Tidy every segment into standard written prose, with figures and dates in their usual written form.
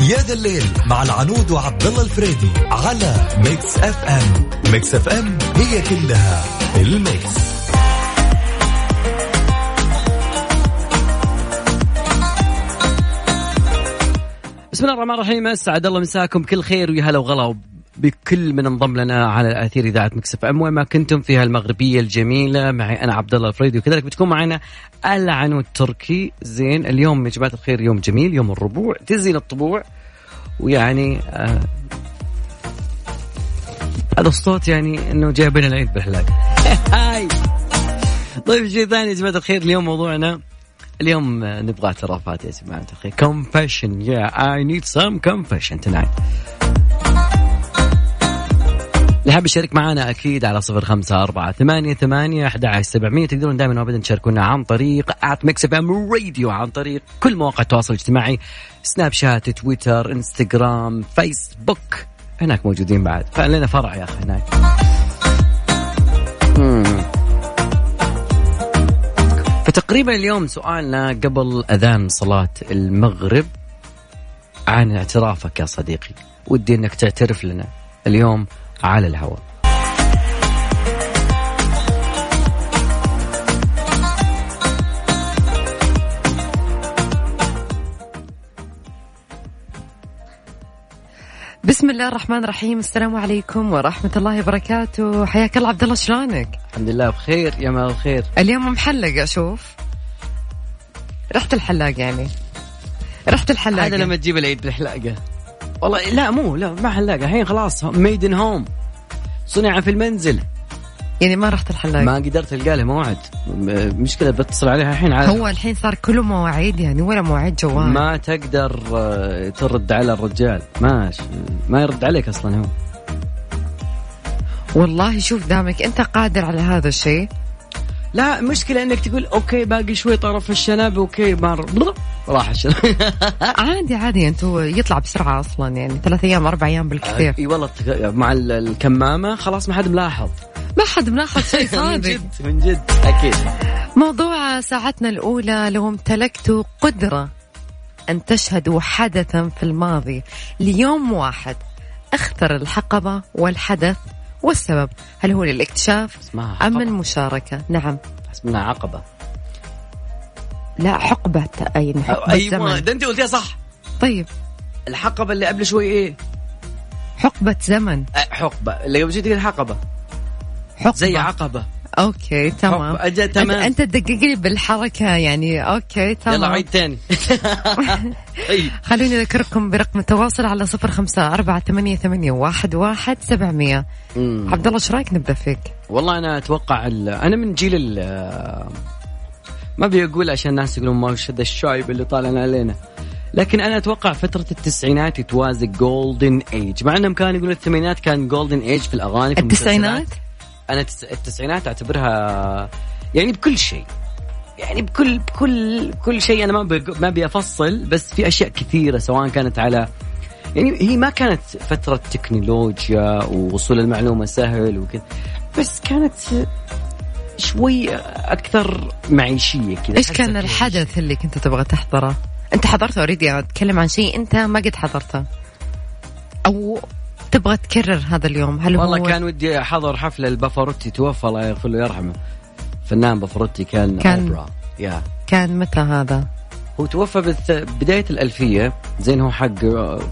يا ذا الليل مع العنود وعبد الله الفريدي على ميكس اف ام. ميكس اف ام هي كلها الميكس. بسم الله الرحمن الرحيم. اسعد الله مساكم بكل خير ويا هلا وغلا بكل من انضم لنا على اثير اذاعه ميكس اف ام وين ما كنتم في هالمغربيه الجميله. معي انا عبد الله الفريدي وكذلك بتكون معنا العنود التركي. زين اليوم يا جماعه الخير يوم جميل، يوم الربوع، تزين الطبوع، ويعني هذا الصوت يعني انه جايبنا العيد بالحلاق. طيب شيء ثاني يا جماعه الخير، اليوم موضوعنا اليوم نبغى اعترافات يا جماعه الخير. confession yeah I need some confession tonight. اللي حاب يشارك معنا أكيد على 0548811700. تقدرون دائما وابدا تشاركونا عن طريق @mixfmradio، عن طريق كل مواقع التواصل الاجتماعي، سناب شات، تويتر، انستغرام، فيسبوك، هناك موجودين بعد. فلنا فرع يا أخي هناك. فتقريبا اليوم سؤالنا قبل أذان صلاة المغرب عن اعترافك يا صديقي. ودي أنك تعترف لنا اليوم على الهواء. بسم الله الرحمن الرحيم. السلام عليكم ورحمة الله وبركاته. حياك الله عبد الله، شلونك؟ الحمد لله بخير يا مال الخير. اليوم محلق أشوف رحت الحلاق، يعني رحت الحلاق. هذا لما تجيب العيد بالحلاقة والله. لا مو لا ما حلاقة، الحين خلاص ميد ان هوم، صنع في المنزل. يعني ما رحت الحلاق، ما قدرت القى له موعد. مشكلة بتصل عليها الحين. هو الحين صار كله مواعيد يعني، ولا مواعيد جوال. ما تقدر ترد على الرجال، ما يرد عليك أصلا هو. والله شوف دامك أنت قادر على هذا الشيء. لا مشكلة انك تقول اوكي باقي شوي طرف الشنب، اوكي راح الشنب. عادي انتوا يطلع بسرعة اصلا، يعني 3 أيام 4 أيام بالكثير. اي والله مع الكمامة خلاص ما حد ملاحظ شيء صادق. من جد اكيد. موضوع ساعتنا الاولى: لو امتلكتوا قدرة ان تشهدوا حدثا في الماضي ليوم واحد، اختر الحقبة والحدث والسبب. هل هو للاكتشاف أم المشاركة؟ نعم اسمها عقبة. لا حقبة، يعني حقبة أيوة ده أنت قلتيها صح. طيب الحقبة اللي قبل شوي إيه؟ حقبة زمن. حقبة اللي قبل شوي تقول حقبة زي عقبة. أوكي تمام. تمام. أنت تدقق لي بالحركة يعني. أوكي تمام. يلا عيد تاني. خلوني أذكركم برقم التواصل على 0548811700. عبد الله ايش رايك نبدأ فيك؟ والله أنا أتوقع أنا من جيل ما بيقول عشان الناس يقولون ما شد الشايب اللي طالعنا علينا، لكن أنا أتوقع فترة التسعينات يتوازي جولدن ايج، مع أنهم كانوا يقولون الثمانينات كان جولدن ايج في الأغاني. في التسعينات أنا التسعينات أعتبرها يعني بكل شيء، يعني بكل شيء. أنا ما بيفصل، بس في أشياء كثيرة سواء كانت على يعني هي ما كانت فترة تكنولوجيا ووصول المعلومة سهل وكذا، بس كانت شوي أكثر معيشية كذا. إيش كان الحدث اللي كنت تبغى تحضره؟ أنت حضرته أريد أتكلم عن شيء أنت ما قد حضرته أو تبغى تكرر هذا اليوم. هل والله هو كان ودي أحضر حفلة البافاروتي، توفى الله يغفر له يرحمه، فنان بافاروتي كان أوبرا. كان متى هذا؟ هو توفى بداية الألفية. زين هو حق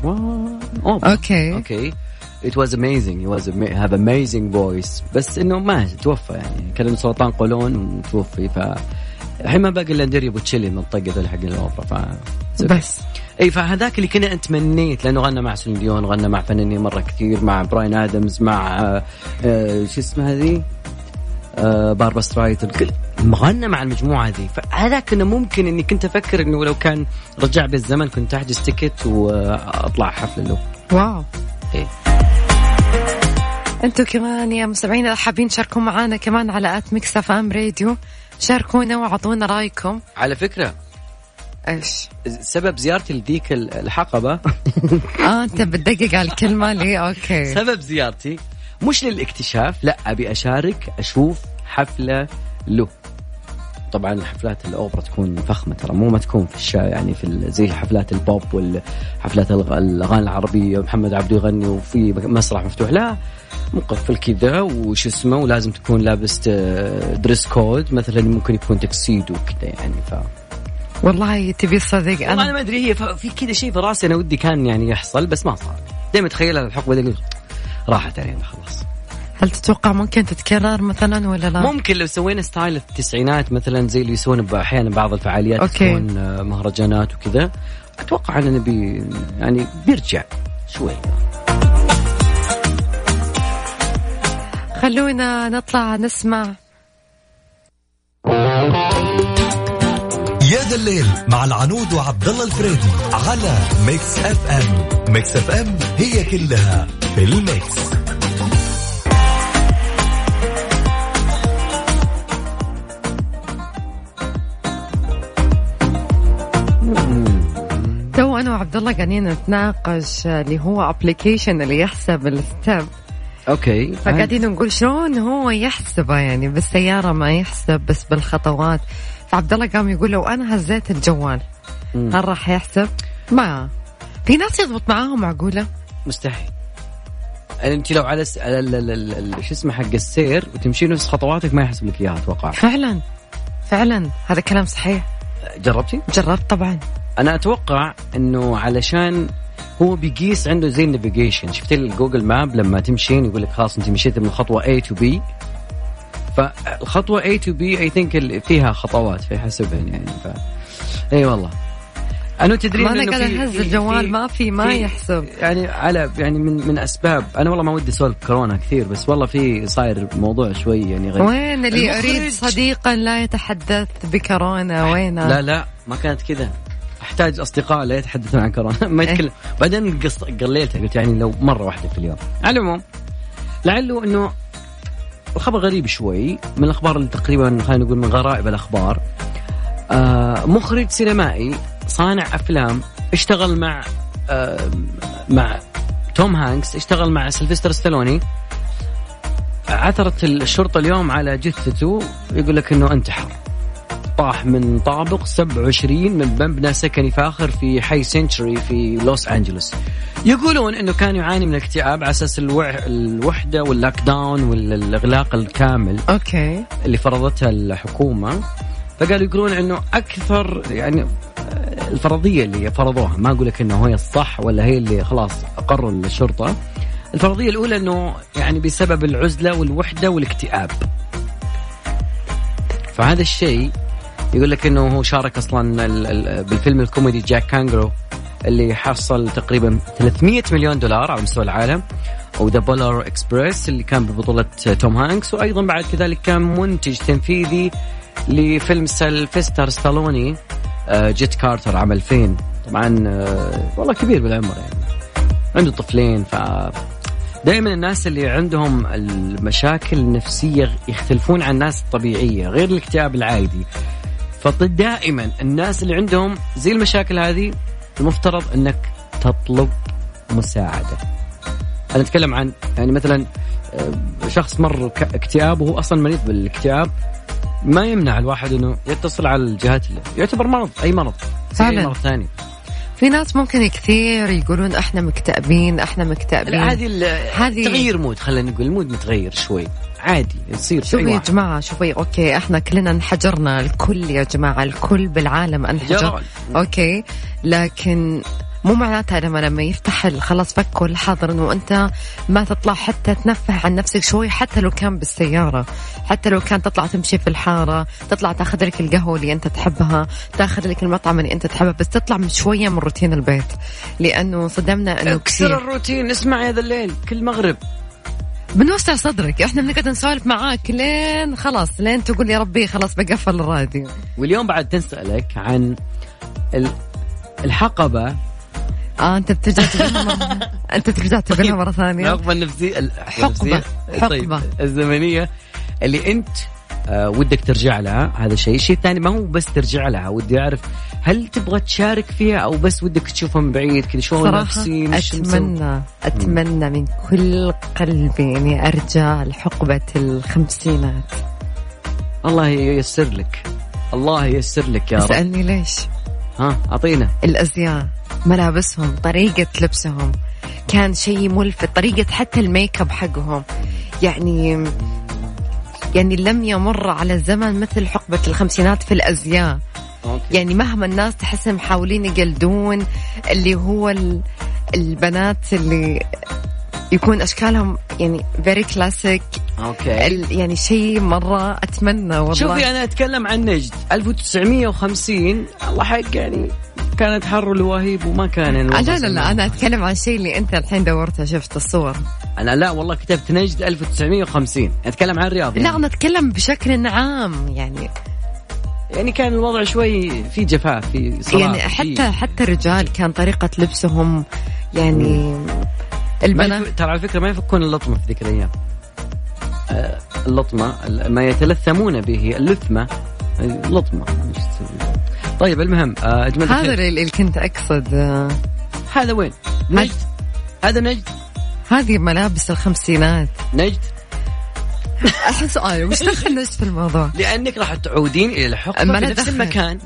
أوكي. It was amazing. He have amazing voice. بس إنه ما توفى، يعني كان سرطان قولون وتوفي. الحين ما باقي إلا ندير بوتشيلي من الطقة ذا حق الأوبرا. بس أي فهذاك اللي كنا تمنيت، لأنه غنى مع سيلين ديون، غنى مع فنانين مرة كثير، مع براين آدمز، مع شو اسمها هذه باربا سترايت، الكل مغنى مع المجموعة هذه. فهذا كنا ممكن إني كنت أفكر إنه لو كان رجع بالزمن كنت أحجز تيكت وأطلع حفلة له. واو. إيه. أنتوا كمان يا مستمعين حابين تشاركوا معنا كمان على @mixfmradio، شاركونا وعطونا رأيكم. على فكرة إيش سبب زيارتي لذيك الحقبة؟ أنت بتدقق على الكلمة لي. أوكي. سبب زيارتي مش للاكتشاف، لا أبي أشارك، أشوف حفلة له. طبعا حفلات الأوبرا تكون فخمة ترى، مو ما تكون في يعني في زي حفلات البوب والحفلات الأغاني العربية محمد عبده يغني وفي مسرح مفتوح، لا مقفل كذا وش اسمه، ولازم تكون لابس دريس كود مثلا، ممكن يكون تكسيد وكذا يعني. والله تبي الصدق أنا ما أدري، هي في كذا شيء في راسي أنا ودي كان يعني يحصل بس ما صار. دائما تخيل الحقبة دي راحت علينا خلاص. هل تتوقع ممكن تتكرر مثلا ولا لا؟ ممكن لو سوينا ستايل التسعينات مثلا زي اللي يسوون أحيانا بعض الفعاليات يسوون مهرجانات وكذا، أتوقع أننا يعني بيرجع شوي. خلونا نطلع نسمع يا ذا الليل مع العنود وعبد الله الفريدي على ميكس اف ام. ميكس اف ام هي كلها في الميكس. تو انا وعبد الله قاعدين نتناقش اللي هو ابلكيشن اللي يحسب الستيب. اوكي، فقاعدين نقول شلون هو يحسبه يعني بالسيارة ما يحسب بس بالخطوات. فعبد الله قام يقول لو انا هزيت الجوال هل راح يحسب؟ ما في ناس يضبط معاهم، معقولة؟ مستحيل. انت لو على شو اسمه حق السير وتمشي نفس خطواتك ما يحسب لك اياها اتوقع. فعلا هذا كلام صحيح. جربتي؟ جربت طبعا. انا اتوقع انه علشان هو بيقيس عنده زي النافيجيشن. شفت الجوجل ماب لما تمشين يقول لك خلاص انت مشيت من الخطوه A to B، فالخطوه A to B I think فيها خطوات فيحسبها يعني. اي والله انا تدري ما انا قاعد اهز الجوال ما يحسب يعني على يعني من اسباب. انا والله ما ودي اسولف كورونا كثير بس والله في صاير موضوع شوي يعني غير. وين اللي اريد صديقا لا يتحدث بكورونا؟ وين؟ لا ما كانت كذا. احتاج اصدقاء لا يتحدثون عن كورونا ما يتكلم. بعدين قليلتها قلت يعني لو مره واحده في اليوم. على العموم لعله انه الخبر غريب شوي من الاخبار اللي تقريبا خلينا نقول من غرائب الاخبار. مخرج سينمائي صانع افلام اشتغل مع توم هانكس، اشتغل مع سيلفستر ستالوني. عثرت الشرطه اليوم على جثته، يقول لك انه انتحر، طاح من طابق 27 من مبنى سكني فاخر في حي سنتشري في لوس أنجلوس. يقولون أنه كان يعاني من الاكتئاب على أساس الوحدة واللاك داون والإغلاق الكامل اللي فرضتها الحكومة. فقالوا يقولون أنه أكثر يعني الفرضية اللي فرضوها، ما أقول لك أنه هي الصح ولا هي اللي خلاص أقروا الشرطة. الفرضية الأولى أنه يعني بسبب العزلة والوحدة والاكتئاب. فهذا الشيء يقول لك انه هو شارك اصلا بالفيلم الكوميدي جاك كانجرو اللي حصل تقريبا $300 مليون على مستوى العالم، او ذا بولار اكسبريس اللي كان ببطولة توم هانكس، وايضا بعد كذلك كان منتج تنفيذي لفيلم سيلفستر ستالوني جيت كارتر عام 2000. طبعا والله كبير بالعمر يعني، عنده طفلين. دائما الناس اللي عندهم المشاكل النفسية يختلفون عن الناس الطبيعية غير الاكتئاب العادي. فدائما الناس اللي عندهم زي المشاكل هذه المفترض انك تطلب مساعدة. انا اتكلم عن يعني مثلا شخص مر اكتئاب وهو اصلا مريض بالاكتئاب، ما يمنع الواحد انه يتصل على الجهات اللي يعتبر مرض، اي مرض فعلا. مرض ثاني. في ناس ممكن كثير يقولون احنا مكتئبين. هذه تغيير مود، خلينا نقول المود متغير شوي عادي يصير. شوفي يا جماعة، شوفي اوكي احنا كلنا انحجرنا، الكل يا جماعة الكل بالعالم انحجر اوكي، لكن مو معناتها لما يفتح خلاص فكوا الحظر انه انت ما تطلع حتى تنفه عن نفسك شوي، حتى لو كان بالسيارة، حتى لو كان تطلع تمشي في الحارة، تطلع تاخذ لك القهوة اللي انت تحبها، تاخذ لك المطعم اللي انت تحبه، بس تطلع من شوية من روتين البيت، لانه صدمنا انه كسر الروتين. اسمع يا ذا الليل كل مغرب بنوسع صدرك، احنا بنقعد نسولف معاك لين خلاص لين تقول يا ربي خلاص بقفل الراديو. واليوم بعد تسألك عن الحقبة. انت بترجع تقولها مرة ثانية. الحقبة النفسية، حقبة طيب الزمنية اللي انت ودك ترجع لها. هذا الشيء الثاني ما هو بس ترجع لها، ودي أعرف هل تبغى تشارك فيها أو بس ودك تشوفها من بعيد كذا شلون نفسي. أتمنى من كل قلبي إني أرجع لحقبة الخمسينات. الله ييسر لك. الله ييسر لك يا رب. اسألني ليش؟ ها أعطينا. الأزياء، ملابسهم، طريقة لبسهم كان شيء ملفت، طريقة حتى الميك اب حقهم يعني لم يمر على الزمن مثل حقبة الخمسينات في الأزياء. يعني مهما الناس تحسن محاولين يقلدون اللي هو البنات اللي يكون أشكالهم يعني very classic. يعني شيء مرة أتمنى والله. شوفي أنا أتكلم عن نجد 1950 الله حق يعني كانت حر الوهيب وما كان لا أنا أتكلم عن شيء اللي أنت الحين دورته شفت الصور. أنا لا والله كتبت نجد 1950 أتكلم عن الرياض يعني. لا أنا أتكلم بشكل عام يعني كان الوضع شوي في جفاف في صراحة. يعني حتى الرجال كان طريقة لبسهم يعني البنات ترى على فكرة ما يفكون اللطمة في ذيك الأيام. اللطمة ما يتلثمون به اللثمة اللطمة. طيب المهم أجمل هذا اللي كنت أقصد. هذا وين نجد؟ هذا نجد. هذه ملابس الخمسينات نجد. أحس وش دخل نجد في الموضوع؟ لأنك راح تعودين إلى الحقبة في نفس المكان.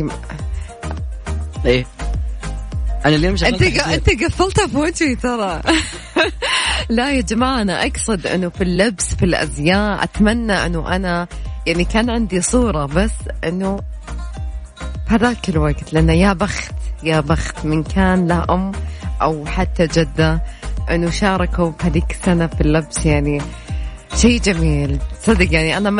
إيه أنا اليوم أنت قفلتها في وجهي ترى. لا يا جماعة أنا أقصد أنه في اللبس في الأزياء أتمنى أنه أنا يعني كان عندي صورة بس أنه هذاك الوقت، لأنه يا بخت من كان له أم أو حتى جدة أنه شاركوا بهذيك السنة في اللبس. يعني شيء جميل صدق. يعني أنا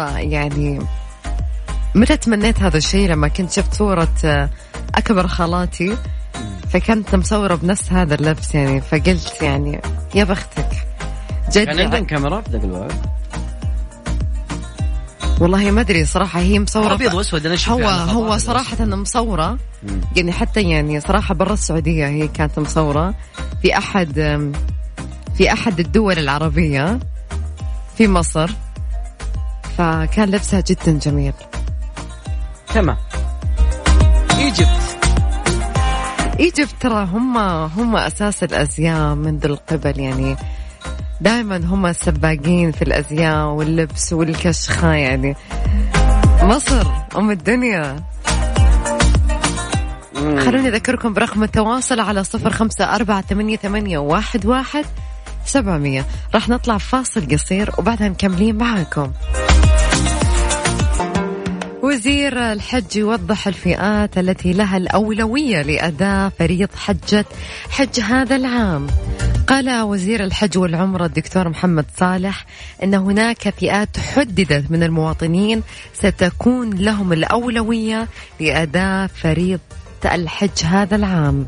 متى تمنيت هذا الشيء لما كنت شفت صورة أكبر خالاتي فكنت مصورة بنفس هذا اللبس يعني، فقلت يعني يا بختك جد. كان عندهم كاميرا في ذاك الوقت والله ما أدري صراحة. هي مصورة أبيض وأسود. أنا هو صراحة أنا مصورة يعني حتى يعني صراحة برا السعودية هي كانت مصورة في أحد الدول العربية في مصر، فكان لبسها جدا جميل. تمام. إيجيبت ترى هم أساس الأزياء منذ القبل. يعني دائما هم السباقين في الأزياء واللبس والكشخة. يعني مصر أم الدنيا. خلوني أذكركم برقم التواصل على 0548811700. راح نطلع فاصل قصير وبعدها مكملين معاكم. وزير الحج يوضح الفئات التي لها الأولوية لأداء فريض حج هذا العام. قال وزير الحج والعمرة الدكتور محمد صالح أن هناك فئات حددت من المواطنين ستكون لهم الأولوية لأداء فريض الحج هذا العام.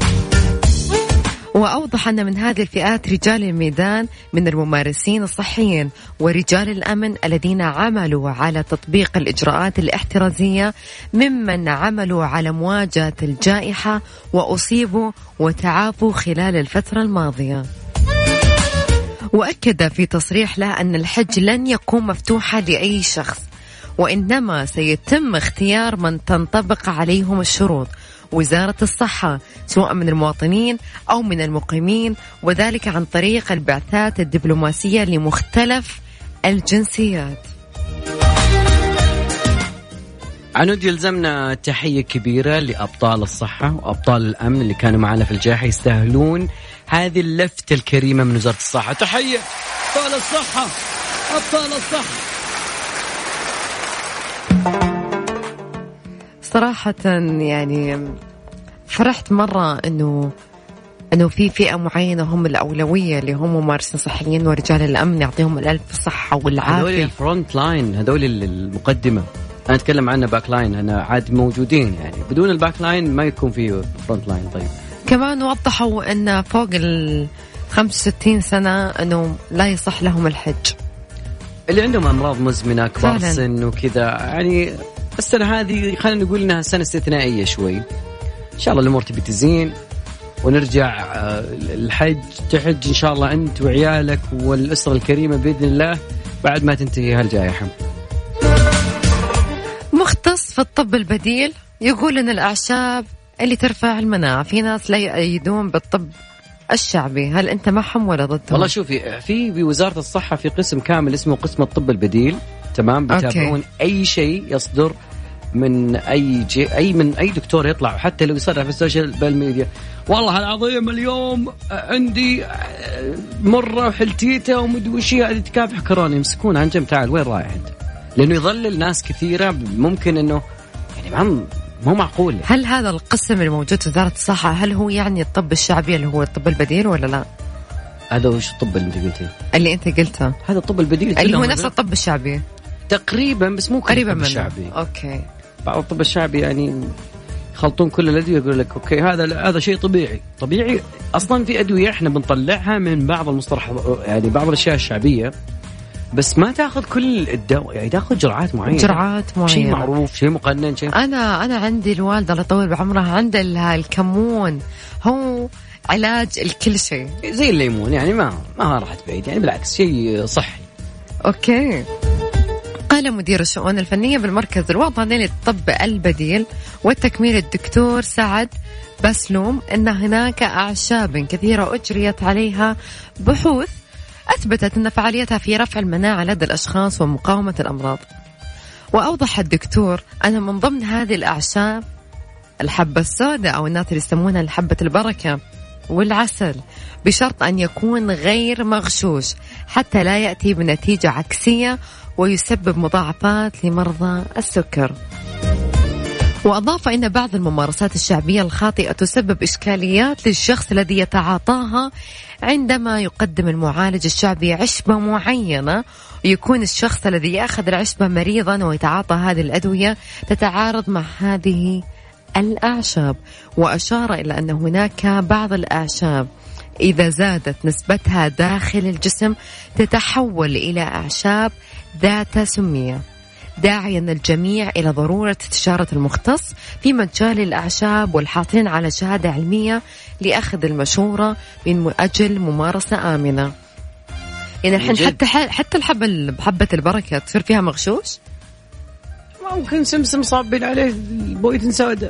وأوضح أن من هذه الفئات رجال الميدان من الممارسين الصحيين ورجال الأمن الذين عملوا على تطبيق الإجراءات الاحترازية ممن عملوا على مواجهة الجائحة وأصيبوا وتعافوا خلال الفترة الماضية. وأكد في تصريح له أن الحج لن يكون مفتوحا لأي شخص، وإنما سيتم اختيار من تنطبق عليهم الشروط وزارة الصحة سواء من المواطنين أو من المقيمين، وذلك عن طريق البعثات الدبلوماسية لمختلف الجنسيات. عنود يلزمنا تحية كبيرة لأبطال الصحة وأبطال الأمن اللي كانوا معنا في الجائحة، يستاهلون هذه اللفتة الكريمة من وزارة الصحة. تحية أبطال الصحة، أبطال الصحة. صراحة يعني فرحت مرة إنه في فئة معينة هم الأولوية اللي هم ممارسين صحيين ورجال الأمن، يعطيهم الألف الصحة والعافية. هذول الفرونت لاين، هذول المقدمة. أنا أتكلم عنه باك لاين، أنا عاد موجودين يعني بدون الباك لاين ما يكون فيه فرونت لاين. طيب كمان وضحوا أن فوق 65 سنة أنه لا يصح لهم الحج، اللي عندهم أمراض مزمنة كبار سن وكذا. يعني السنة هذه خلينا نقول إنها سنة استثنائية شوي. إن شاء الله الأمور تبي تزين ونرجع الحج، تحج إن شاء الله أنت وعيالك والأسرة الكريمة بإذن الله بعد ما تنتهي هالجائحة. مختص في الطب البديل يقول إن الأعشاب اللي ترفع المناعة، في ناس لا يؤيدون بالطب الشعبي، هل أنت معهم ولا ضدهم؟ والله شوفي، في بوزارة الصحة في قسم كامل اسمه قسم الطب البديل، تمام، بيتابعون أي شيء يصدر من أي دكتور يطلع، وحتى لو يصرح في السوشيال ميديا والله العظيم اليوم عندي مرة وحلتيته ومدري وش هذه تكافح كورونا، يمسكون عن جنب، تعال وين رايح أنت؟ لأنه يضلل ناس كثيرة، ممكن إنه يعني مو معقول. هل هذا القسم الموجود في وزارة الصحة هل هو يعني الطب الشعبي اللي هو الطب البديل ولا لا؟ هذا وش الطب اللي أنت قلتيه؟ اللي أنت قلته هذا الطب البديل اللي هو نفس الطب الشعبي تقريبا، بس مو قريبا الطب منه. الشعبي. أوكي. بعض الطب الشعبي يعني يخلطون كل الأدوية، يقول لك أوكي هذا شيء طبيعي. أصلا في أدوية إحنا بنطلعها من بعض المصطلحات، يعني بعض الأشياء الشعبية، بس ما تأخذ كل الدواء، يعني تأخذ جرعات معينة، شيء معروف، شيء مقنن، شيء. أنا عندي الوالدة الله يطول بعمرها عندها الكمون هو علاج الكل شيء، زي الليمون، يعني ما راحت بعيد، يعني بالعكس شيء صحي. أوكي. قال مدير الشؤون الفنية بالمركز الوطني للطب البديل والتكميل الدكتور سعد بسلوم أن هناك أعشاب كثيرة أجريت عليها بحوث أثبتت أن فعاليتها في رفع المناعة لدى الأشخاص ومقاومة الأمراض. وأوضح الدكتور أن من ضمن هذه الأعشاب الحبة السوداء أو الناس اللي يسمونها الحبة البركة والعسل، بشرط أن يكون غير مغشوش حتى لا يأتي بنتيجة عكسية ويسبب مضاعفات لمرضى السكر. وأضاف أن بعض الممارسات الشعبية الخاطئة تسبب إشكاليات للشخص الذي يتعاطاها عندما يقدم المعالج الشعبي عشبة معينة، ويكون الشخص الذي يأخذ العشبة مريضا ويتعاطى هذه الأدوية تتعارض مع هذه الأعشاب. وأشار إلى أن هناك بعض الأعشاب إذا زادت نسبتها داخل الجسم تتحول إلى أعشاب ذات سمية، داعيا الجميع إلى ضرورة استشارة المختص في مجال الأعشاب والحاصلين على شهادة علمية لأخذ المشورة من أجل ممارسة آمنة. يعني الحين حتى حبة البركة تصير فيها مغشوش، ممكن سمسم صابين عليه بوية سوداء.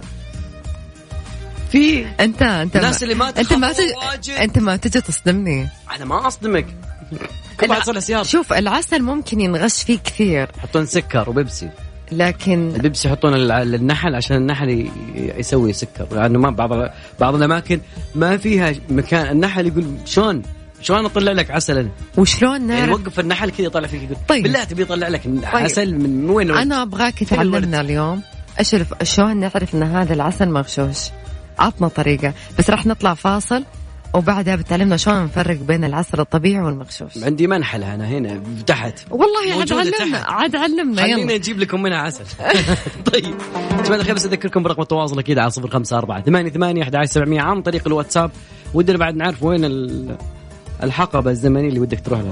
في انت الناس اللي ما انت ما تجي تصدمني. انا ما اصدمك. شوف العسل ممكن ينغش فيه كثير، يحطون سكر وبيبسي، لكن البيبسي يحطون النحل عشان النحل يسوي سكر، لانه ما بعض الاماكن ما فيها مكان النحل يقول شلون اطلع لك عسل انا، وشلون نعرف؟ يعني وقف النحل كذا يطلع فيك يقول طيب بالله تبي يطلع لك عسل من وين؟ انا ابغاك تعلمنا اليوم شلون نعرف ان هذا العسل مغشوش. عطنا طريقة، بس راح نطلع فاصل وبعدها بتعلمنا شلون نفرق بين العسل الطبيعي والمغشوش. عندي منحلة أنا هنا تحت، والله عاد علمنا خلينا نجيب لكم منها عسل. طيب جماعة الخير، بس أذكركم برقم التواصل أكيد على 0548811700 عن طريق الواتساب. ودنا بعد نعرف وين الحقبة الزمنية اللي ودك تروح لها.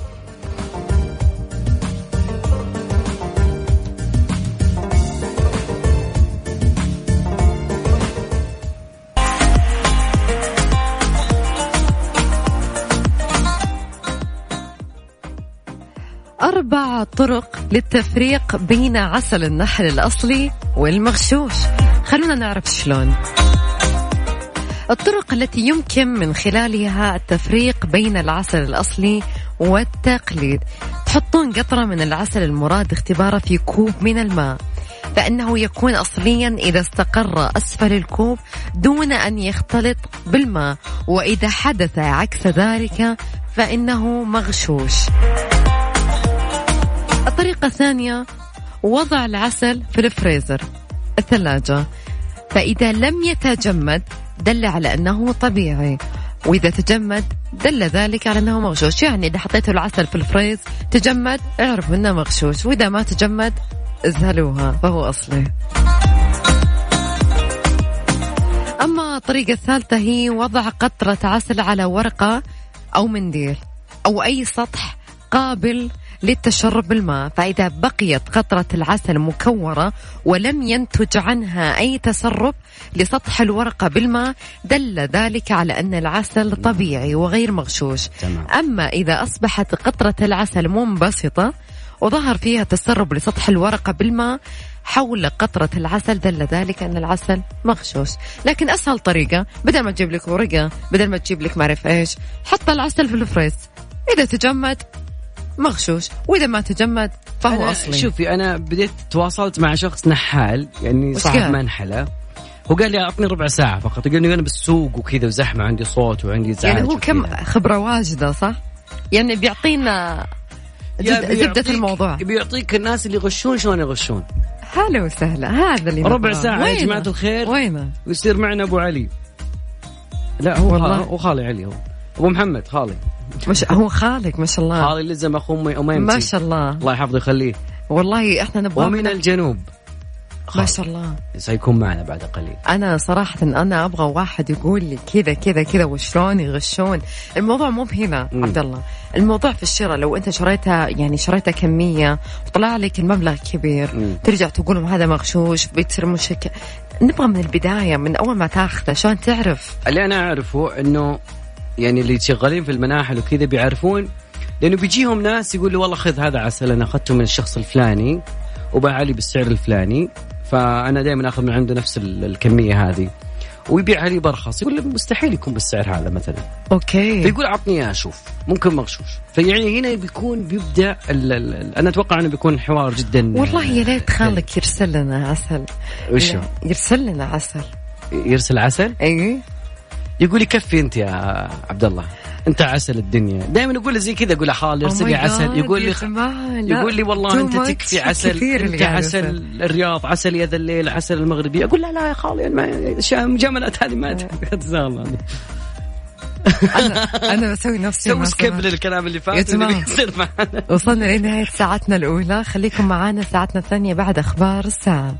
أربع طرق للتفريق بين عسل النحل الأصلي والمغشوش. خلونا نعرف شلون. الطرق التي يمكن من خلالها التفريق بين العسل الأصلي والتقليد: تحطون قطرة من العسل المراد اختباره في كوب من الماء، فإنه يكون أصليا إذا استقر أسفل الكوب دون أن يختلط بالماء، وإذا حدث عكس ذلك فإنه مغشوش. الطريقة الثانية: وضع العسل في الفريزر الثلاجة، فإذا لم يتجمد دل على أنه طبيعي، وإذا تجمد دل ذلك على أنه مغشوش. يعني إذا حطيته العسل في الفريز تجمد اعرفوا أنه مغشوش، وإذا ما تجمد ازهلوها فهو أصلي. أما الطريقة الثالثة هي وضع قطرة عسل على ورقة أو منديل أو أي سطح قابل للتشرب بالماء، فإذا بقيت قطرة العسل مكورة ولم ينتج عنها أي تسرب لسطح الورقة بالماء دل ذلك على أن العسل طبيعي وغير مغشوش. أما إذا أصبحت قطرة العسل منبسطة وظهر فيها تسرب لسطح الورقة بالماء حول قطرة العسل دل ذلك أن العسل مغشوش. لكن أسهل طريقة، بدل ما تجيب لك ورقة، بدل ما تجيب لك معرف إيش، حط العسل في الفريز، إذا تجمد مغشوش، وإذا ما تجمد فهو أصلي. شوفي أنا بديت تواصلت مع شخص نحال يعني صاحب منحلة، هو قال لي أعطني ربع ساعة فقط، قال لي أنا بالسوق وكذا وزحمة عندي صوت وعندي إزعاج. يعني هو كم خبرة واجدة صح؟ يعني بيعطينا زبدة الموضوع، بيعطيك الناس اللي يغشون شلون يغشون. هلا وسهلا، هذا اللي ربع ساعة يا جماعة الخير. وينه؟ ويصير معنا أبو علي. لا هو خالي علي، هو أبو محمد خالي. مش هو خالك ما شاء الله. خالي لزم أخو أميمتي ما شاء الله، الله يحفظه يخليه. والله إحنا نبغى ومن الجنوب ما شاء الله سيكون معنا بعد قليل. أنا صراحة أنا أبغى واحد يقول لي كذا كذا كذا وشلون يغشون. الموضوع مو بهنا عبد الله، الموضوع في الشراء. لو أنت شريتها يعني شريتها كمية وطلع لك المبلغ كبير ترجع تقولهم هذا مغشوش، بتصير مشكلة. نبغى من البداية من أول ما تاخذه عشان تعرف. اللي أنا أعرفه إنه يعني اللي شغالين في المناحل وكذا بيعرفون، لأنه بيجيهم ناس يقول له والله خذ هذا عسل أنا أخذته من الشخص الفلاني وباع لي بالسعر الفلاني، فأنا دائما أخذ من عنده نفس الكمية هذه ويبيعها لي برخص. يقول له مستحيل يكون بالسعر هذا مثلا، أوكي، فيقول عطني إياه أشوف ممكن مغشوش. فيعني هنا بيبدأ أنا أتوقع أنه بيكون حوار جدا. والله يا ليت خالك يرسل لنا عسل. وشو يرسل لنا عسل؟ يرسل عسل؟ أي يقول لي كفي أنت يا عبد الله، أنت عسل الدنيا. دائما يقول زي كذا، أقول خالي ارسل لي عسل. يقول لي والله أنت تكفي عسل، أنت عسل الرياض، عسل يا ذا الليل، عسل المغربي. أقول لا يا خالي مجاملات هذه ما تزال. أنا بسوي نفسي سوي سكيب للكلام اللي فات يصير معنا. وصلنا لنهاية ساعتنا الأولى، خليكم معنا ساعتنا الثانية بعد أخبار الساعة.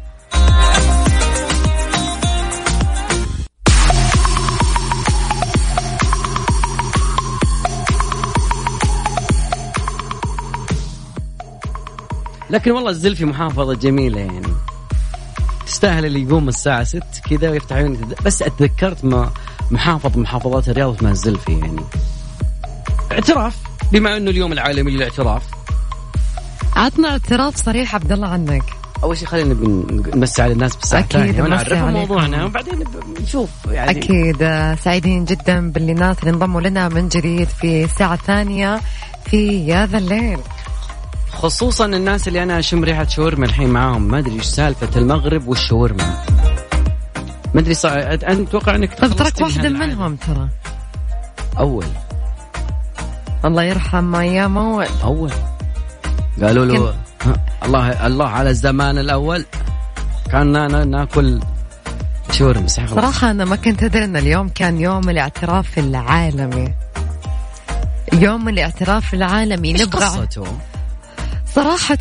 لكن والله الزلفي محافظة جميلة يعني، تستاهل اللي يقوم الساعة 6 كذا ويفتح عيوني. بس أتذكرت محافظات الرياض اسمها الزلفي، يعني اعتراف بما أنه اليوم العالمي للاعتراف. عطنا اعتراف صريح عبد الله عنك. أول شيء خلينا نمسي على الناس بالساعة الثانية ونعرفهم موضوعنا وبعدين نشوف يعني. أكيد سعيدين جدا باللي الناس اللي انضموا لنا من جديد في الساعة الثانية في يا ذا الليل، خصوصا الناس اللي أنا أشم ريحة شاورما الحين معاهم. ما أدري إيش سالفة المغرب والشاورما، ما أدري أنا أتوقع أنك ترك واحدة منهم ترى أول. الله يرحم أيام أول قالوا له الله على الزمان الأول كنا ناكل شاورما. صراحة أنا ما كنت أدري أن اليوم كان يوم الاعتراف العالمي. يوم الاعتراف العالمي نبغى صراحة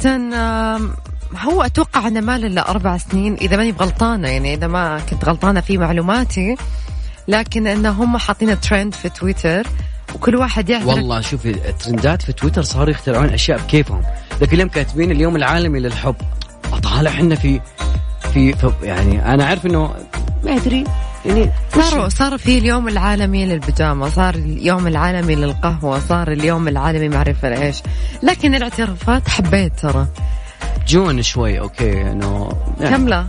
هو أتوقع أنه ما له 4 سنين إذا ماني غلطانة، يعني إذا ما كنت غلطانة في معلوماتي، لكن أنه هم حاطين ترند في تويتر وكل واحد يعرف. والله شوفي الترندات في تويتر صاروا يخترعون أشياء بكيفهم. ذاك اليوم كاتبين اليوم العالمي للحب، أطالع إحنا في يعني أنا عارف إنه ما أدري يعني صار في اليوم العالمي للبيجامة، صار اليوم العالمي للقهوة، صار اليوم العالمي معرفة إيش. لكن الاعترافات حبيت ترى جون شوي أوكي إنه يعني كملة.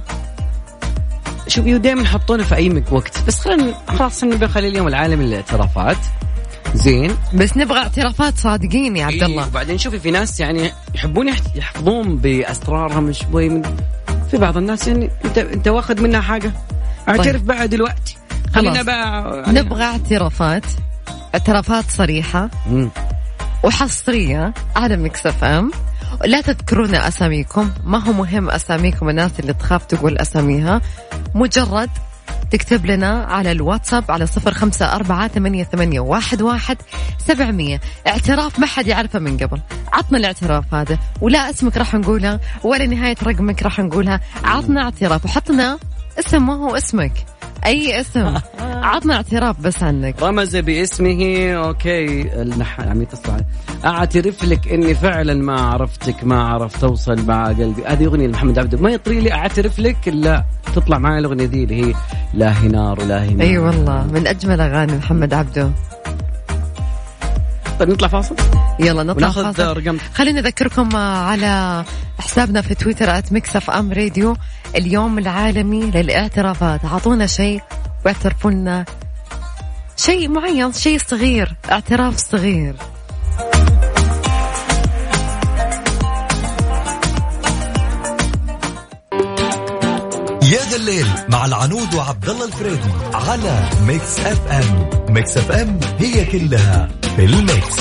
شوفي دائما يحطونه في أي وقت، بس خلاص نبي خلي اليوم العالمي للاعترافات زين، بس نبغى اعترافات صادقين يا عبد الله. وبعدين شوفي في ناس يعني يحبون يحفظون بأسرارهم شوي من في بعض الناس يعني انت واخذ منها حاجة اعترف بقى دلوقتي. خلينا بقى نبغى اعترافات صريحة وحصرية على ميكس اف ام. لا تذكرون أساميكم، ما هو مهم أساميكم، الناس اللي تخاف تقول أساميها مجرد تكتب لنا على الواتساب على 0548811700. اعتراف ما حد يعرفه من قبل، عطنا الاعتراف هذا، ولا اسمك راح نقولها ولا نهاية رقمك راح نقولها. عطنا اعتراف وحطنا اسم، ما هو اسمك أي اسم، عطنا اعتراف بس عنك. رمز باسمه أوكي عم يتصل. أعترف لك إني فعلا ما عرفتك، ما عرفت أوصل مع قلبي. هذه أغنية محمد عبده، ما يطري لي أعترف لك إلا تطلع معي الأغنية دي اللي هي لا هي نار ولا هي نار. أي والله من أجمل أغاني محمد عبده. طيب نطلع فاصل، يلا نطلع فاصل. خلينا نذكركم على حسابنا في تويتر @mixfmradio اليوم العالمي للاعترافات. عطونا شيء واعترفوا لنا شيء معين، شيء صغير، اعتراف صغير. يا ذا الليل مع العنود وعبد الله الفريدي على ميكس اف ام. ميكس اف ام هي كلها في الميكس.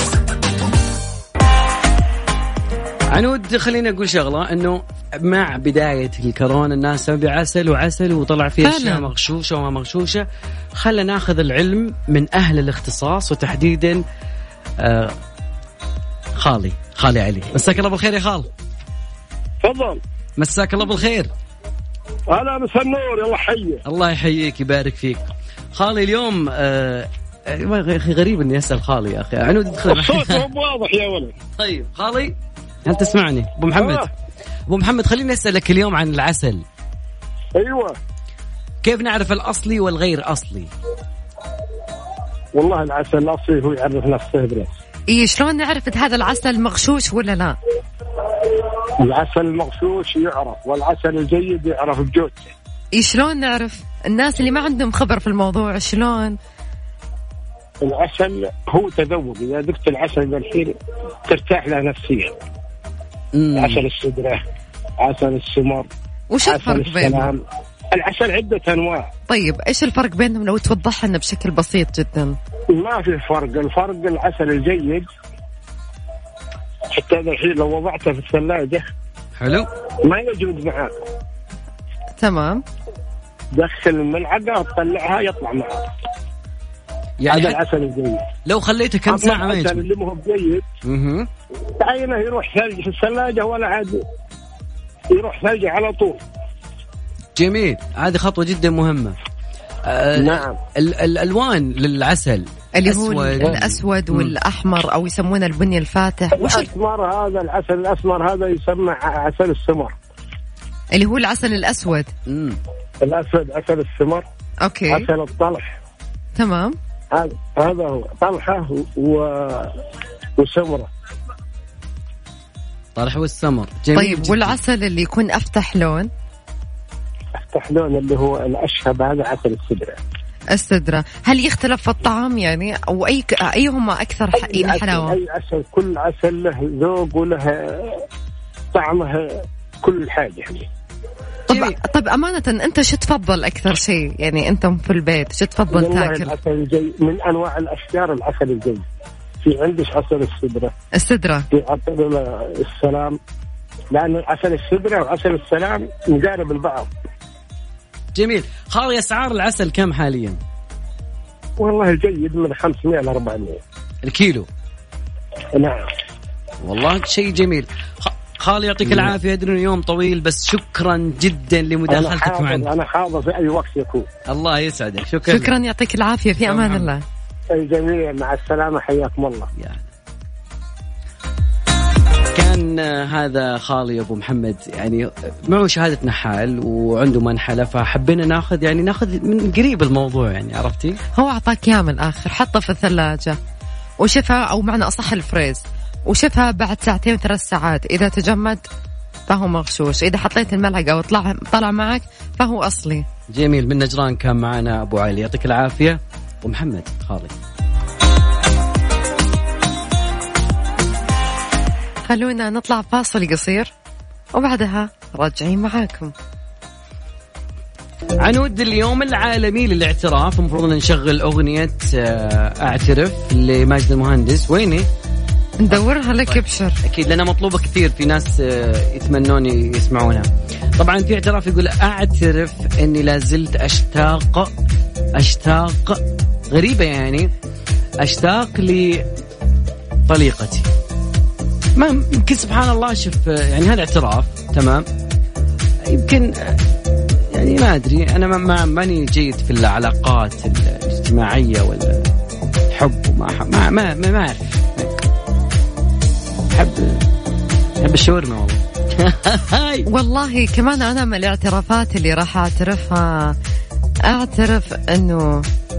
عنود خليني أقول شغلة، أنه مع بداية الكورونا الناس سووا بعسل وعسل وطلع فيه أشياء مغشوشة وما مغشوشة. خلنا ناخذ العلم من أهل الاختصاص، وتحديدا خالي علي. مساك الله بالخير يا خال. تفضل. مساك الله بالخير. أنا مسا النور، يلا حيه. الله يحييك يبارك فيك خالي. اليوم يا أخي غريب إني أسأل خالي يا أخي. عنود ادخل. الصوت مو واضح يا ولد. طيب خالي هل تسمعني؟ أبو محمد. أبو محمد خليني أسألك اليوم عن العسل. أيوة. كيف نعرف الأصلي والغير أصلي؟ والله العسل الأصلي هو يعرف نفسه بنفسه. إيه شلون نعرف هذا العسل مغشوش ولا لا؟ العسل المغشوش يعرف، والعسل الجيد يعرف بجودته. إيه شلون نعرف؟ الناس اللي ما عندهم خبر في الموضوع شلون؟ العسل هو تذوق، إذا ذقت العسل الحين ترتاح له نفسيا. عسل السدرة، عسل السمر، وش الفرق بينهم؟ العسل عدة أنواع. طيب إيش الفرق بينهم لو توضح لنا بشكل بسيط جدا؟ ما في فرق. الفرق العسل الجيد حتى الحين لو وضعته في الثلاجة حلو ما يجود معك. تمام. دخل الملعقة وتطلعها يطلع معك. يعني هذا العسل الجيد. لو خليته كم ساعة ما يجود. اللي مو بجيد تعينه يروح ثلج في الثلاجة ولا عاد يروح ثلج على طول. جميل، هذه خطوة جدا مهمة. نعم. الألوان للعسل اللي هو الأسود والأحمر أو يسمونه البني الفاتح. الأسمر هذا العسل الأسمر هذا يسمى عسل السمر، اللي هو العسل الأسود. الأسود عسل السمر. أوكي. عسل الطلح. تمام. هذا هو طلحة وسمرة. طلح والسمر. جميل. طيب جدا. والعسل اللي يكون أفتح لون؟ أفتح لون اللي هو الأشهب هذا عسل السدرة. السدرة هل يختلف في الطعم يعني أو أيهما أكثر حلاوة؟ أي عسل، كل عسل له ذوق وله طعمه كل حاجة يعني. طب أمانة أنت شو تفضل أكثر شيء يعني أنتم في البيت شو تفضل تاكل؟ العسل الجي من أنواع الأشجار العسل الجي. في عندش عسل السدرة. في عسل السلام، لأن عسل السدرة وعسل السلام مقارب البعض. جميل. خالي أسعار العسل كم حاليا؟ والله جيد من 500 إلى 400 الكيلو. نعم. والله شيء جميل. خالي يعطيك العافية. أدري إنه يوم طويل بس شكرا جدا لمداخلتك معنا. أنا حاضر في أي وقت يكون. الله يسعدك. شكرا يعطيك العافية. في أمان الله. جميل، مع السلامة، حياكم الله. كان هذا خالي أبو محمد، يعني معه شهادة نحال وعنده منحلة، فحبينا ناخذ من قريب الموضوع يعني. عرفتي هو أعطاك إياه من الآخر، حطه في الثلاجة وشفها، أو معنى أصح الفريز، وشفها بعد 2 3 ساعات. إذا تجمد فهو مغشوش، إذا حطيت الملعقة وطلع معك فهو أصلي. جميل. من نجران كان معنا أبو علي، يعطيك العافية. ومحمد خالي. خلونا نطلع فاصل قصير وبعدها راجعين معاكم. عنود اليوم العالمي للاعتراف، المفروض نشغل أغنية أعترف لماجد المهندس. ويني؟ ندورها لك. ابشر. أكيد لأنها مطلوبة كثير، في ناس يتمنون يسمعونها. طبعا في اعتراف يقول أعترف أني لازلت أشتاق غريبة يعني، أشتاق لطليقتي. ما يمكن سبحان الله. شوف يعني هذا اعتراف تمام، يمكن يعني ما أدري، أنا ماني جيد في العلاقات الاجتماعية ولا الحب، ما أعرف. أحب الشاورما والله. والله كمان أنا من الاعترافات اللي راح أعترفها، أعترف أنه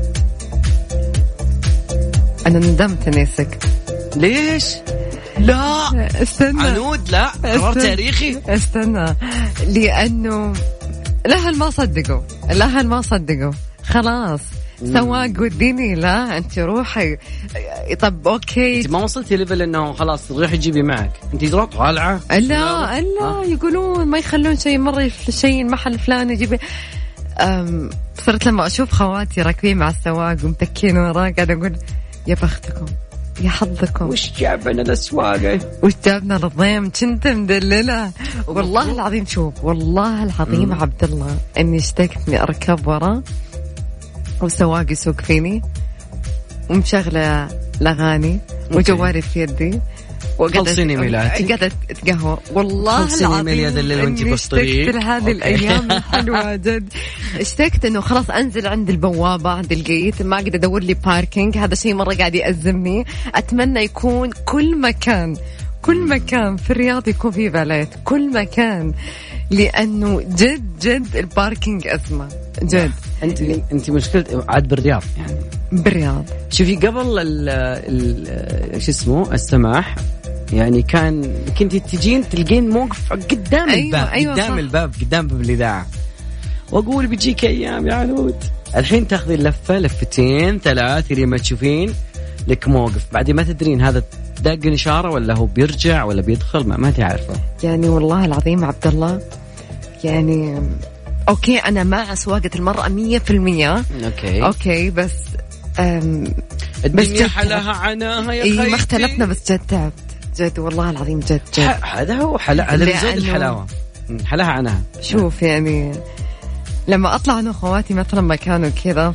أنا ندمت إني سكت. ليش؟ لا استنى عنود، لا قرار تاريخي. استنى، لأنه الأهل ما صدقوا خلاص. سواق وديني. لا أنت روحي. طب أوكي أنت ما وصلتي ليفل إنه خلاص روحي جيبي معك، أنت تروح طالعة. لا يقولون ما يخلون شيء مرة في شيء المحل الفلاني جيبي. صرت لما أشوف خواتي راكبين مع السواق ومتكين وراه قاعد أقول يا بختكم يا حظكم، وش جابنا للسواقة، وش جابنا للضيم، كنت مدللة. والله العظيم شوف والله العظيم عبد الله إني اشتقت إني أركب ورا وسواق يسوق فيني ومشغلة الأغاني وجوالي في يدي خلصيني ميلاتك قاعدة أتقهوى. والله العظيم إني اشتقت لهذه الأيام الحلوة جد. اشتقت إنه خلاص أنزل عند البوابة عند الجيت، ما أقدر أدور لي باركينج، هذا شيء مرة قاعد يأزمني. أتمنى يكون كل مكان في الرياض يكون فيه فاليت، كل مكان، لأنه جد الباركينج أزمة جد. أنت مشكلة عاد بالرياض يعني. بالرياض شوفي قبل شو اسمه السماح يعني كنت تجين تلقين موقف قدام الباب. قدام الباب قدام باب الإذاعة، وأقول بيجيك أيام يا عنود. الحين تاخذي اللفة لفتين ثلاث لما تشوفين لك موقف، بعدين ما تدرين هذا داق إشارة ولا هو بيرجع ولا بيدخل، ما تعرفه يعني. والله العظيم عبد الله يعني أوكي أنا مع سواقة المرأة 100%. أوكي بس الدنيا حلاها عناها يا خيتي. ما اختلفنا بس جد تعبت جد والله العظيم جد. هذا هو هذا من زود الحلاوة، حلاها عناها. شوف يعني لما أطلع أنا وخواتي مثلا مكانه كذا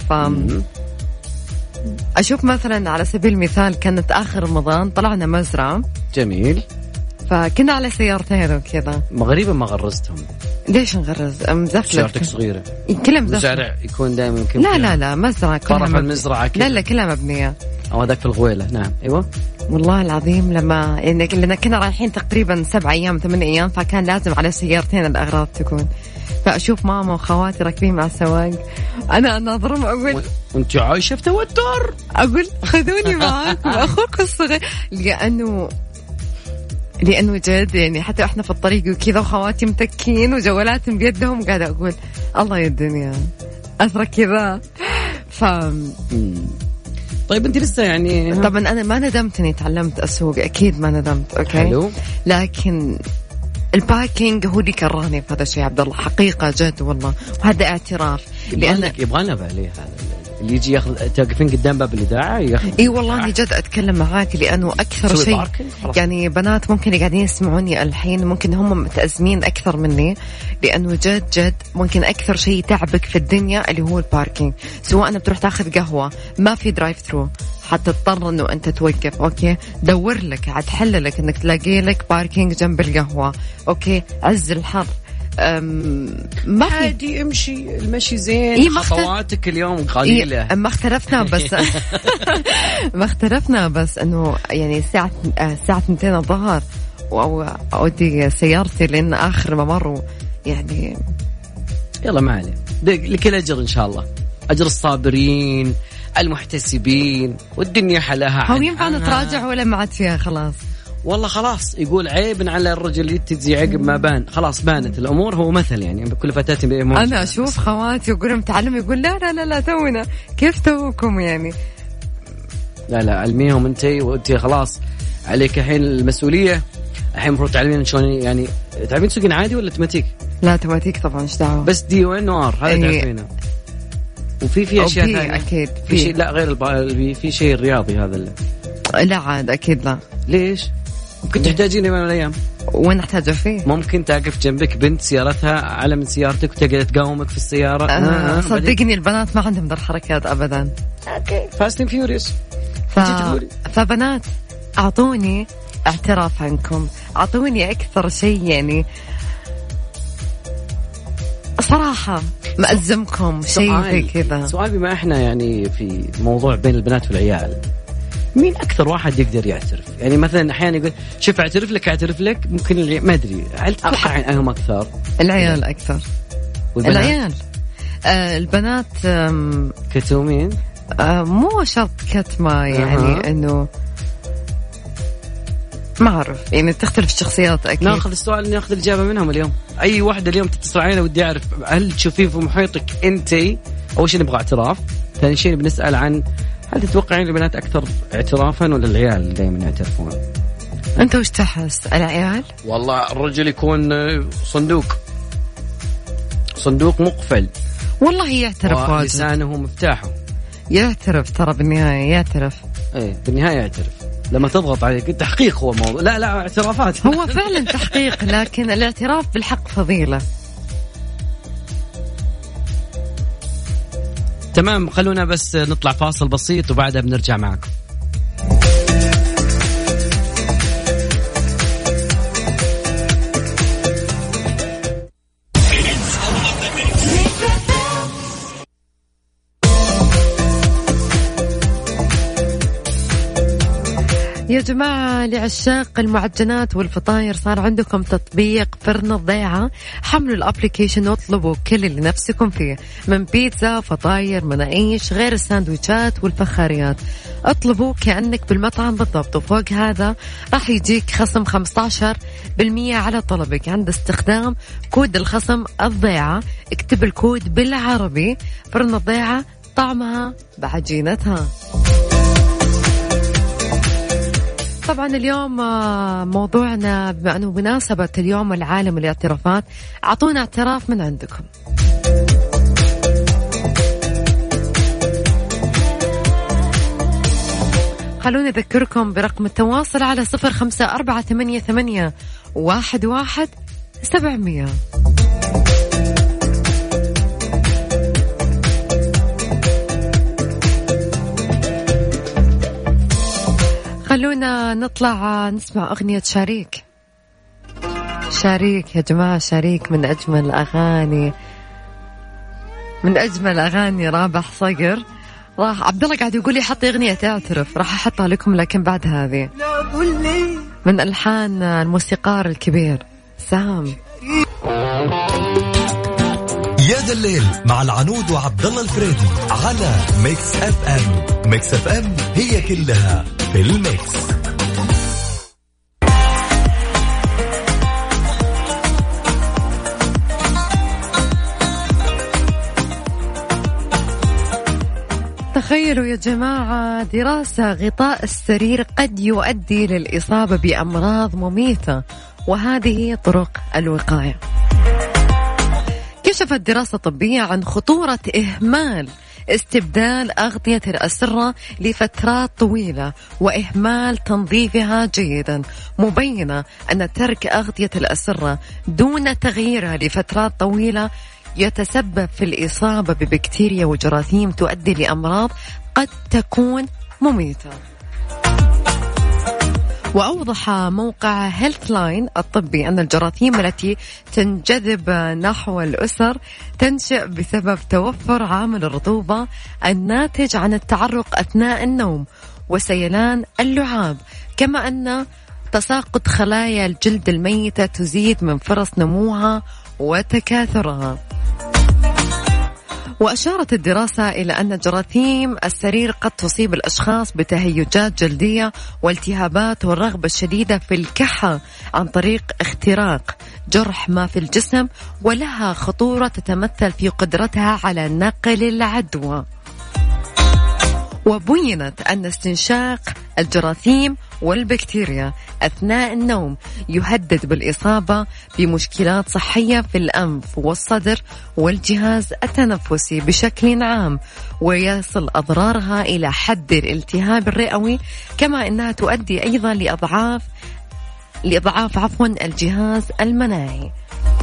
أشوف مثلا على سبيل المثال كانت آخر رمضان طلعنا مزرعة جميل، فكنا على سيارتين وكذا. غريبة ما غرزتهم. ليش نغرز؟ مزفلة. سيارتك صغيرة كلها مزفلة. مزارع يكون دائما يمكن. لا مزرعة طرف المزرعة كذا. لا كلها مبنية. أو هذاك في الغويلة. نعم أيوة. والله العظيم لما يعني لأن كنا رايحين تقريبا 7 أيام 8 أيام، فكان لازم على سيارتين الأغراض تكون. فأشوف ماما وخواتي راكبين مع السواق، أنا أناظرهم أقول أنت عايشة في توتر، أقول خذوني معاكم أخوك الصغير، لأنه جد يعني حتى إحنا في الطريق وكذا وخواتي متكين وجوالاتهم بيدهم، قاعدة أقول الله يا الدنيا أثرك كذا. طيب أنت لسه يعني طبعا أنا ما ندمت إني تعلمت أسوق، أكيد ما ندمت. أوكي حلو. لكن الباركينج هو اللي كرهني في هذا الشيء عبد الله، حقيقة جد والله، وهذا اعتراف. لأنك يبغانا باليه هذا اللي يجي ياخذ توقفين قدام باب الإذاعة ياخذ. اي والله جد اتكلم معاك، لانه اكثر شيء يعني بنات ممكن قاعدين يسمعوني الحين ممكن هم متأزمين اكثر مني، لانه جد ممكن اكثر شيء تعبك في الدنيا اللي هو الباركينج. سواء بتروح تاخذ قهوة ما في درايف ثرو، حتضطر انه انت توقف. اوكي دور لك عاد حل لك انك تلاقي لك باركينج جنب القهوة. اوكي عز الحر ما عادي امشي، المشي زين. خطواتك اليوم قليلة. ما اختلفنا بس ما اختلفنا بس انه يعني الساعة 2 الظهر واودي سيارتي لان اخر ممر يعني. يلا ما عليه، لكل اجر ان شاء الله، اجر الصابرين المحتسبين، والدنيا حلاها. هو ينفع نتراجع ولا ما عاد فيها خلاص؟ والله خلاص يقول عيب على الرجل يتزي عقب ما بان، خلاص بانت الأمور. هو مثل يعني بكل فتاة بأمور. أنا أشوف خواتي وأقولهم تعلم، يقول لا تونا، كيف توكم يعني؟ لا علميهم أنت، وأنت خلاص عليك الحين المسؤولية. الحين مفروض تعلمين شلون يعني. تعلمين تسوقين عادي ولا اوتوماتيك؟ لا اوتوماتيك طبعا، ايش دعوة. بس دي وين ار هذا تعرفينه. وفي أشياء ثانية أكيد في شيء لا غير في شيء الرياضي هذا اللي. لا عاد أكيد لا. ليش؟ ممكن تحتاجيني يوم من الأيام. وين أحتاجه فيه؟ ممكن تقف جنبك بنت سيارتها أعلى من سيارتك وتقدر تقاومك في السيارة. صدقني البنات ما عندهم ذا الحركات أبدا. أوكي فاست اند فيوريوس. فبنات أعطوني اعتراف عنكم، أعطوني أكثر شيء يعني صراحة مأزمكم شيء في كذا. سؤال بما إحنا يعني في موضوع بين البنات والعيال، مين أكثر واحد يقدر يعترف؟ يعني مثلا أحيانا يقول شوف أعترف لك، ممكن ما أدري هل تتوقع عنهم أكثر؟ العيال أكثر. العيال البنات كتومين. مو شرط كتمة يعني إنه ما أعرف يعني تختلف الشخصيات أكيد. ناخذ السؤال ناخذ الإجابة منهم اليوم. أي واحدة اليوم تتصل علينا ودي أعرف هل تشوفين في محيطك أنت أول شيء نبغى اعتراف، ثاني شيء بنسأل عن هل تتوقعين البنات أكثر اعترافا ولا العيال دائما يعترفون؟ أنت وش تحس العيال؟ والله الرجل يكون صندوق مقفل، والله يعترف، ولسانه مفتاحه، يعترف ترى بالنهاية، يعترف ايه بالنهاية يعترف. لما تضغط عليك التحقيق هو موضوع، لا اعترافات هو فعلا تحقيق، لكن الاعتراف بالحق فضيلة. تمام، خلونا بس نطلع فاصل بسيط وبعدها بنرجع معكم. يا جماعة لعشاق المعجنات والفطاير صار عندكم تطبيق فرن الضيعة، حملوا الابليكيشن واطلبوا كل اللي نفسكم فيه من بيتزا، فطاير، مناقيش، غير الساندويتشات والفخاريات. اطلبوا كأنك بالمطعم بالضبط، وفوق هذا راح يجيك خصم 15% على طلبك عند استخدام كود الخصم الضيعة. اكتب الكود بالعربي، فرن الضيعة طعمها بعجينتها. طبعا اليوم موضوعنا بما أنه بمناسبة اليوم العالمي للاعترافات، أعطونا اعتراف من عندكم. خلوني أذكركم برقم التواصل على 0548811700. خلونا نطلع نسمع أغنية شريك. شريك يا جماعة، شريك من أجمل أغاني رابح صقر. راح عبد الله قاعد يقول لي حطي أغنية تعترف، راح أحطها لكم لكن بعد هذه من ألحان الموسيقار الكبير سام. يا ذا الليل مع العنود وعبد الله الفريدي على ميكس اف ام. ميكس اف ام هي كلها في الميكس. تخيلوا يا جماعة، دراسة غطاء السرير قد يؤدي للإصابة بأمراض مميتة، وهذه طرق الوقاية. كشفت دراسة طبية عن خطورة إهمال استبدال أغطية الأسرة لفترات طويلة وإهمال تنظيفها جيدا، مبينة أن ترك أغطية الأسرة دون تغييرها لفترات طويلة يتسبب في الإصابة ببكتيريا وجراثيم تؤدي لأمراض قد تكون مميتة. وأوضح موقع هيلثلاين الطبي أن الجراثيم التي تنجذب نحو الأسر تنشأ بسبب توفر عامل الرطوبة الناتج عن التعرق أثناء النوم وسيلان اللعاب، كما أن تساقط خلايا الجلد الميتة تزيد من فرص نموها وتكاثرها. وأشارت الدراسة إلى أن جراثيم السرير قد تصيب الأشخاص بتهيجات جلدية والتهابات والرغبة الشديدة في الكحة عن طريق اختراق جرح ما في الجسم، ولها خطورة تتمثل في قدرتها على نقل العدوى. وبينت أن استنشاق الجراثيم والبكتيريا أثناء النوم يهدد بالإصابة بمشكلات صحية في الأنف والصدر والجهاز التنفسي بشكل عام، ويصل أضرارها إلى حد الالتهاب الرئوي، كما أنها تؤدي أيضا لإضعاف الجهاز المناعي.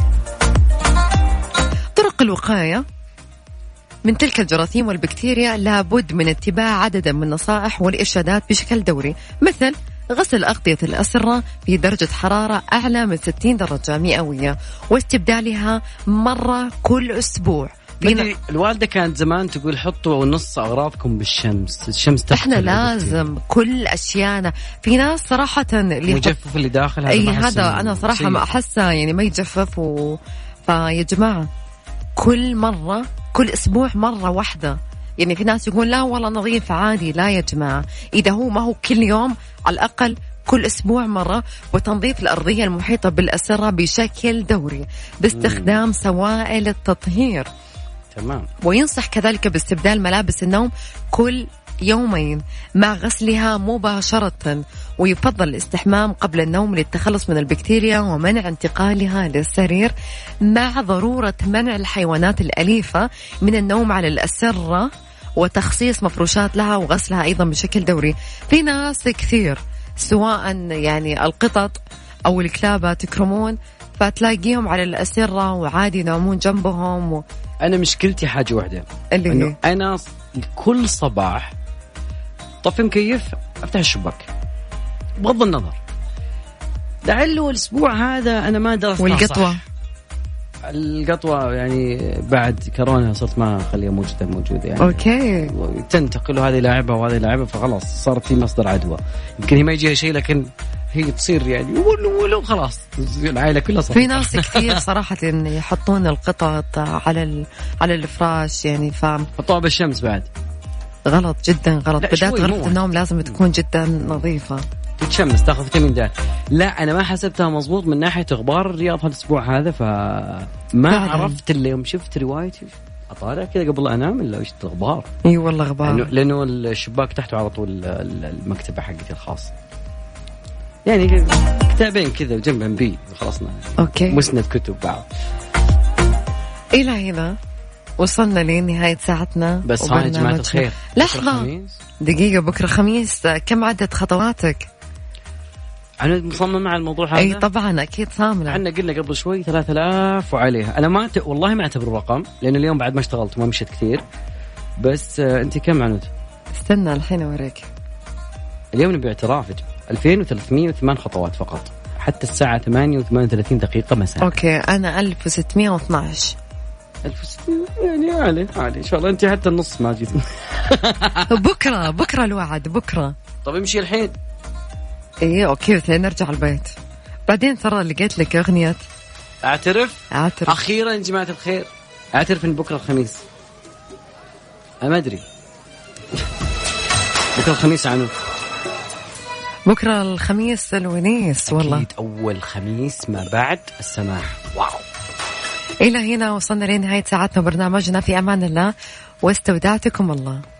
طرق الوقاية من تلك الجراثيم والبكتيريا لابد من اتباع عددا من النصائح والإرشادات بشكل دوري، مثل غسل أغطية الأسرة في درجة حرارة أعلى من 60 درجة مئوية واستبدالها مرة كل أسبوع. الوالدة كانت زمان تقول حطوا نص أغراضكم بالشمس، الشمس احنا لازم كل أشيانا. في ناس صراحة اللي مجفف اللي داخل هذا أنا صراحة ما أحسه يعني ما يجفف فيا جماعة كل أسبوع مرة واحدة. يعني في ناس يقول لا والله نظيف عادي، لا يا جماعة، إذا هو ما هو كل يوم على الأقل كل أسبوع مرة. وتنظيف الأرضية المحيطة بالأسرة بشكل دوري باستخدام سوائل التطهير تمام. وينصح كذلك باستبدال ملابس النوم كل يومين مع غسلها مباشرة، ويفضل الاستحمام قبل النوم للتخلص من البكتيريا ومنع انتقالها للسرير، مع ضرورة منع الحيوانات الأليفة من النوم على الأسرة وتخصيص مفروشات لها وغسلها أيضا بشكل دوري. في ناس كثير سواء يعني القطط أو الكلاب تكرمون فتلاقيهم على الأسرة وعادي ينامون جنبهم أنا مشكلتي حاجة واحدة، اللي أنا كل صباح طفي مكيف أفتح الشباك بغض النظر. لعله الأسبوع هذا أنا ما درست. والقطوة القطوة يعني بعد كورونا صرت ما أخليها موجودة يعني. أوكي. تنتقل هذه لاعبة وهذه لاعبة فخلاص صارت في مصدر عدوى. يمكن هي ما يجيها شيء لكن هي تصير يعني ولو خلاص العائلة كلها صارت. في ناس كثير صراحة يحطون القطط على الفراش يعني حطوها بالشمس بعد. غلط جدا غلط. بداية غرفة النوم لازم تكون جدا نظيفة، تتشمس تاخذ فيتامين د. لا أنا ما حسبتها مظبوط من ناحية أخبار الرياض هالأسبوع هذا، فما عرفت اللي يوم شفت روايتي أطالع كذا قبل أنام إلا وش الأخبار. إي والله أخبار، لأنه الشباك تحته على طول المكتبة حقتي الخاصة، يعني كتابين كذا وجنبهم بي وخلصنا. أوكي. مسند كتب بعض. إلى هنا وصلنا لنهاية ساعتنا. بس هاي جماعة الخير، لحظة دقيقة، بكرة خميس كم عدد خطواتك؟ أنا مصمم على الموضوع هذا. أي طبعا أكيد صاملة. عنا قلنا قبل شوي 3000 وعليها. أنا والله ما أعتبر الرقم لأن اليوم بعد ما اشتغلت وما مشيت كثير. بس أنت كم عنود؟ استنى الحين أوريك. اليوم نبي اعترافك 2308 خطوات فقط حتى الساعة 8:38 دقيقة مساء. أوكي أنا 1612. 1600 يعني عالي إن شاء الله. أنت حتى النص ما جيت. بكرة الوعد بكرة. طب امشي الحين. إيه أوكي نرجع البيت بعدين. ترى لقيت لك أغنية أعترف. أخيرا جماعة الخير أعترف إن بكرة الخميس. أنا ما أدري بكرة الخميس عنو. بكرة الخميس الونيس والله. أكيد أول خميس ما بعد السماح. واو. إلى هنا وصلنا لنهاية ساعتنا برنامجنا. في أمان الله واستودعتكم الله.